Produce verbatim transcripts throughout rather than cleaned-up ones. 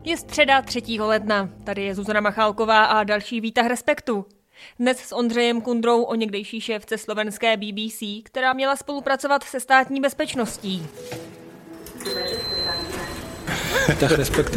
Je středa třetího ledna. Tady je Zuzana Machálková a další výtah Respektu. Dnes s Ondřejem Kundrou o někdejší šéfce slovenské B B C, která měla spolupracovat se státní bezpečností. Výtah Respektu?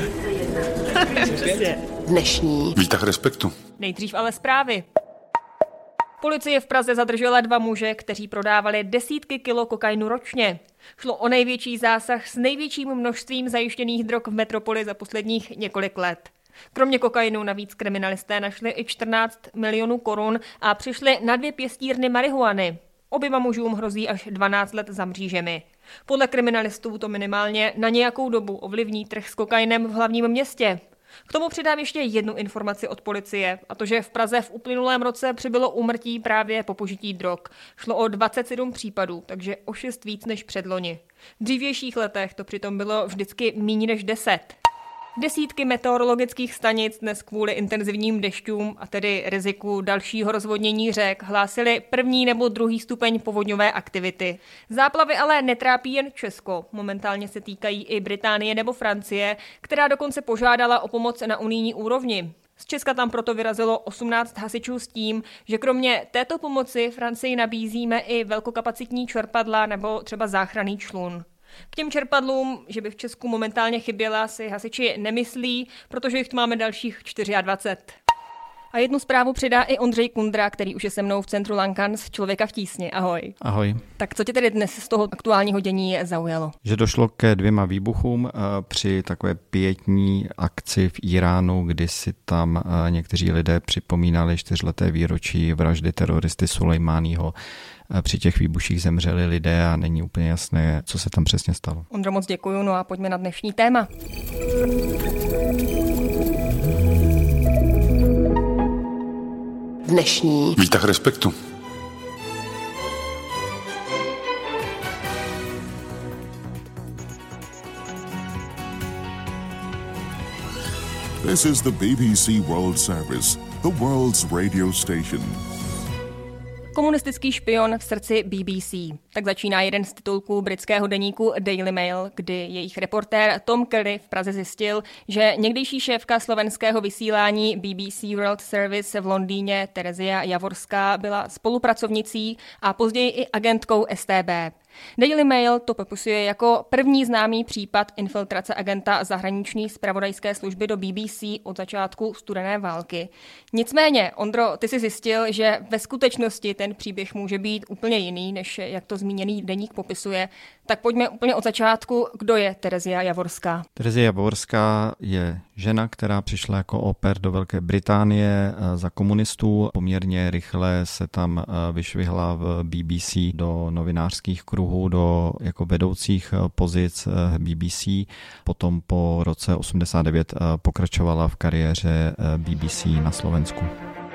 Dnešní Výtah Respektu. Nejdřív ale zprávy. Policie v Praze zadržela dva muže, kteří prodávali desítky kilo kokainu ročně. Šlo o největší zásah s největším množstvím zajištěných drog v metropoli za posledních několik let. Kromě kokainu navíc kriminalisté našli i čtrnáct milionů korun a přišli na dvě pěstírny marihuany. Oběma mužům hrozí až dvanáct let za mřížemi. Podle kriminalistů to minimálně na nějakou dobu ovlivní trh s kokainem v hlavním městě. K tomu přidám ještě jednu informaci od policie, a to, že v Praze v uplynulém roce přibylo úmrtí právě po požití drog. Šlo o dvacet sedm případů, takže o šest víc než předloni. V dřívějších letech to přitom bylo vždycky méně než deset. Desítky meteorologických stanic dnes kvůli intenzivním dešťům a tedy riziku dalšího rozvodnění řek hlásily první nebo druhý stupeň povodňové aktivity. Záplavy ale netrápí jen Česko. Momentálně se týkají i Británie nebo Francie, která dokonce požádala o pomoc na unijní úrovni. Z Česka tam proto vyrazilo osmnáct hasičů s tím, že kromě této pomoci Francii nabízíme i velkokapacitní čerpadla nebo třeba záchranný člun. K těm čerpadlům, že by v Česku momentálně chyběla, si hasiči nemyslí, protože jich tu máme dalších dvacet čtyři. A jednu zprávu přidá i Ondřej Kundra, který už je se mnou v centru Lankans, Člověka v tísni. Ahoj. Ahoj. Tak co tě tedy dnes z toho aktuálního dění zaujalo? Že došlo ke dvěma výbuchům při takové pietní akci v Iránu, kdy si tam někteří lidé připomínali čtyřleté výročí vraždy teroristy Sulejmáního. Při těch výbuších zemřeli lidé a není úplně jasné, co se tam přesně stalo. Ondro, moc děkuju, no a pojďme na dnešní téma. Dnešní Výtah Respektu. This is the B B C World Service, the world's radio station. Komunistický špion v srdci B B C. Tak začíná jeden z titulků britského deníku Daily Mail, kdy jejich reportér Tom Kelly v Praze zjistil, že někdejší šéfka slovenského vysílání B B C World Service v Londýně Terezia Javorská byla spolupracovnicí a později i agentkou S T B. Daily Mail to popisuje jako první známý případ infiltrace agenta zahraniční zpravodajské služby do B B C od začátku studené války. Nicméně, Ondro, ty jsi zjistil, že ve skutečnosti ten příběh může být úplně jiný, než jak to zmíněný deník popisuje. Tak pojďme úplně od začátku. Kdo je Terezia Javorská? Terezia Javorská je žena, která přišla jako au pair do Velké Británie za komunistů. Poměrně rychle se tam vyšvihla v B B C do novinářských kruhů, do jako vedoucích pozic B B C. Potom po roce osmdesát devět pokračovala v kariéře B B C na Slovensku.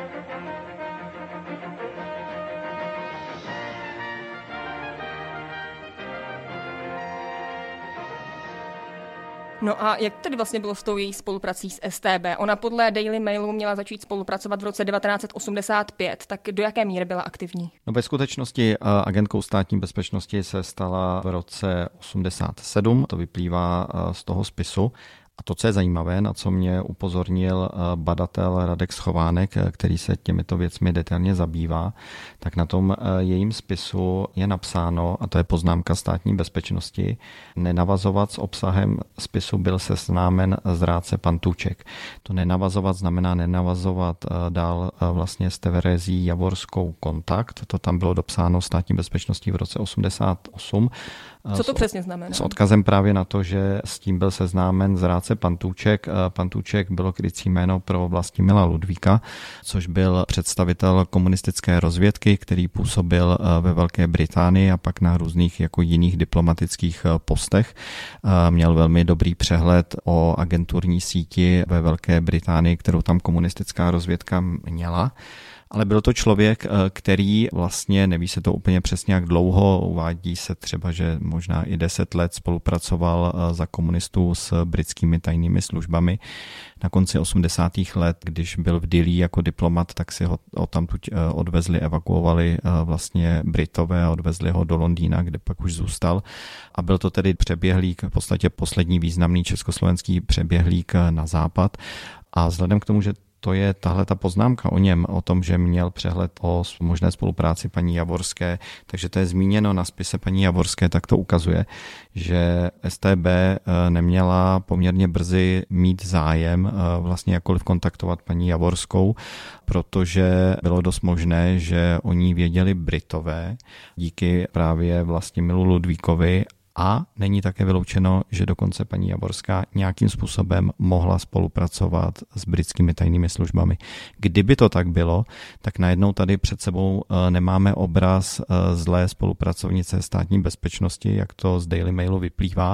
No a jak tedy vlastně bylo s tou její spoluprací s S T B? Ona podle Daily Mailu měla začít spolupracovat v roce devatenáct osmdesát pět, tak do jaké míry byla aktivní? No ve skutečnosti agentkou státní bezpečnosti se stala v roce osmdesát sedm, to vyplývá z toho spisu. A to, co je zajímavé, na co mě upozornil badatel Radek Schovánek, který se těmito věcmi detailně zabývá, tak na tom jejím spisu je napsáno, a to je poznámka státní bezpečnosti, nenavazovat s obsahem spisu byl seznámen zrádce Pantůček. To nenavazovat znamená nenavazovat dál vlastně s Terezí Javorskou kontakt. To tam bylo dopsáno státní bezpečností v roce osmdesát osm. Co to přesně znamená? S odkazem právě na to, že s tím byl seznámen zrádce Pantůček. Pantůček bylo krycí jméno pro Vlastimila Ludvíka, což byl představitel komunistické rozvědky, který působil ve Velké Británii a pak na různých jako jiných diplomatických postech. Měl velmi dobrý přehled o agenturní síti ve Velké Británii, kterou tam komunistická rozvědka měla. ale byl to člověk, který vlastně, neví se to úplně přesně jak dlouho, uvádí se třeba, že možná i deset let spolupracoval za komunistů s britskými tajnými službami. Na konci osmdesátých let, když byl v Dillí jako diplomat, tak si ho odtamtud odvezli, evakuovali vlastně Britové a odvezli ho do Londýna, kde pak už zůstal. A byl to tedy přeběhlík, v podstatě poslední významný československý přeběhlík na západ. A vzhledem k tomu, že to je tahle ta poznámka o něm, o tom, že měl přehled o možné spolupráci paní Javorské, takže to je zmíněno na spise paní Javorské, tak to ukazuje, že S T B neměla poměrně brzy mít zájem vlastně jakkoliv kontaktovat paní Javorskou, protože bylo dost možné, že o ní věděli Britové díky právě Vlastimilu Ludvíkovi. A není také vyloučeno, že dokonce paní Javorská nějakým způsobem mohla spolupracovat s britskými tajnými službami. Kdyby to tak bylo, tak najednou tady před sebou nemáme obraz zlé spolupracovnice státní bezpečnosti, jak to z Daily Mailu vyplývá,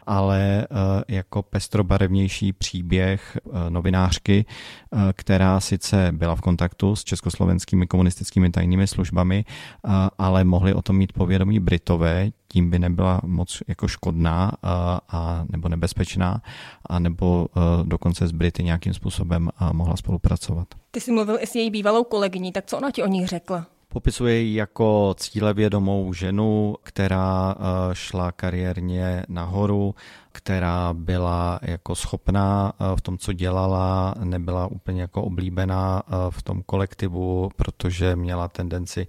ale jako pestrobarevnější příběh novinářky, která sice byla v kontaktu s československými komunistickými tajnými službami, ale mohli o tom mít povědomí Britové, tím by nebyla moc jako škodná a, a nebo nebezpečná, a nebo a dokonce s Brity nějakým způsobem a mohla spolupracovat. Ty jsi mluvil i s její bývalou kolegyní, tak co ona ti o ní řekla? Popisuje ji jako cílevědomou ženu, která šla kariérně nahoru, která byla jako schopná v tom, co dělala, nebyla úplně jako oblíbená v tom kolektivu, protože měla tendenci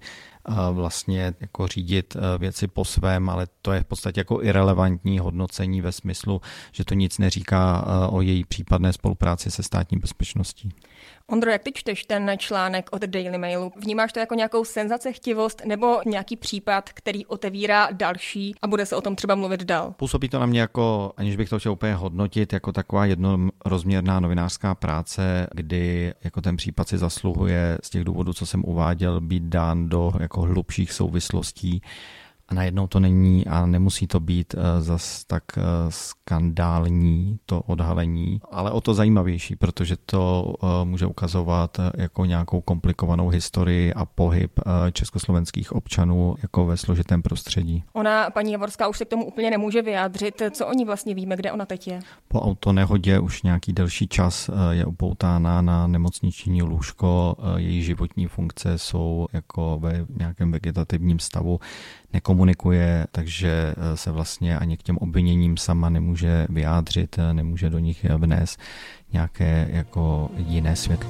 vlastně jako řídit věci po svém, ale to je v podstatě jako irelevantní hodnocení ve smyslu, že to nic neříká o její případné spolupráci se státní bezpečností. Ondro, jak ty čteš ten článek od Daily Mailu? Vnímáš to jako nějakou senzacechtivost nebo nějaký případ, který otevírá další a bude se o tom třeba mluvit dál? Působí to na mě jako, aniž bych to chtěl úplně hodnotit, jako taková jednorozměrná novinářská práce, kdy jako ten případ si zasluhuje z těch důvodů, co jsem uváděl, být dán do jako hlubších souvislostí. A najednou to není a nemusí to být zas tak skandální to odhalení, ale o to zajímavější, protože to může ukazovat jako nějakou komplikovanou historii a pohyb československých občanů jako ve složitém prostředí. Ona, paní Javorská, už se k tomu úplně nemůže vyjádřit. Co o ní vlastně víme, kde ona teď je? Po autonehodě už nějaký delší čas je upoutána na nemocniční lůžko, její životní funkce jsou jako ve nějakém vegetativním stavu, nekomunikuje, takže se vlastně ani k těm obviněním sama nemůže vyjádřit, nemůže do nich vnést nějaké jako jiné světlo.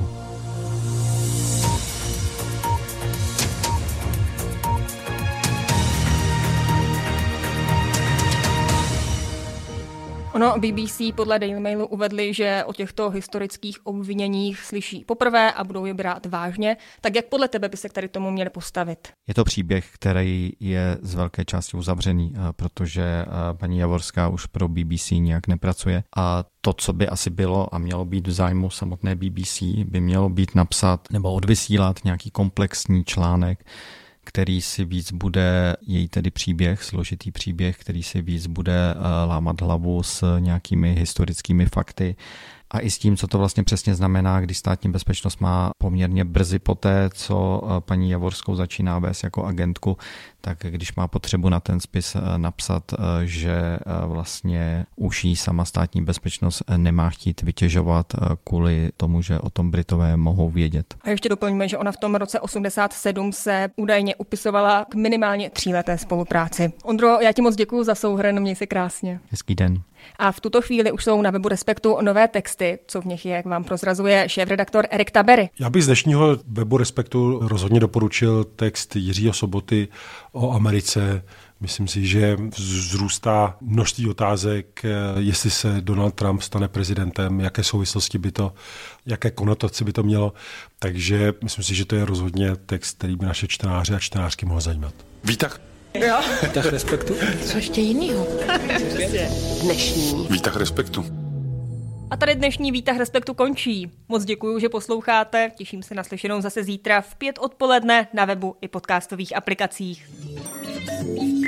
Ono B B C podle Daily Mailu uvedli, že o těchto historických obviněních slyší poprvé a budou je brát vážně. Tak jak podle tebe by se k tady tomu měli postavit? Je to příběh, který je z velké části uzavřený, protože paní Javorská už pro B B C nějak nepracuje a to, co by asi bylo a mělo být v zájmu samotné B B C, by mělo být napsat nebo odvysílat nějaký komplexní článek, který si víc bude, její tedy příběh, složitý příběh, který si víc bude lámat hlavu s nějakými historickými fakty a i s tím, co to vlastně přesně znamená, když státní bezpečnost má poměrně brzy poté, co paní Javorskou začíná vést jako agentku, tak když má potřebu na ten spis napsat, že vlastně už jí sama státní bezpečnost nemá chtít vytěžovat kvůli tomu, že o tom Britové mohou vědět. A ještě doplňme, že ona v tom roce osmdesát sedm se údajně upisovala k minimálně tříleté spolupráci. Ondro, já ti moc děkuju za souhrn, měj se krásně. Hezký den. A v tuto chvíli už jsou na webu Respektu nové texty, co v nich je, jak vám prozrazuje šéfredaktor Erik Tabery. Já bych z dnešního webu Respektu rozhodně doporučil text Jiřího Soboty o Americe. Myslím si, že vzrůstá množství otázek, jestli se Donald Trump stane prezidentem, jaké souvislosti by to, jaké konotace by to mělo. Takže myslím si, že to je rozhodně text, který by naše čtenáře a čtenářky mohl zajímat. Výtah. Jo. Výtah Respektu. Co ještě jinýho? Dnešní. Výtah Respektu. A tady dnešní Výtah Respektu končí. Moc děkuju, že posloucháte. Těším se na slyšenou zase zítra v pět odpoledne na webu i podcastových aplikacích.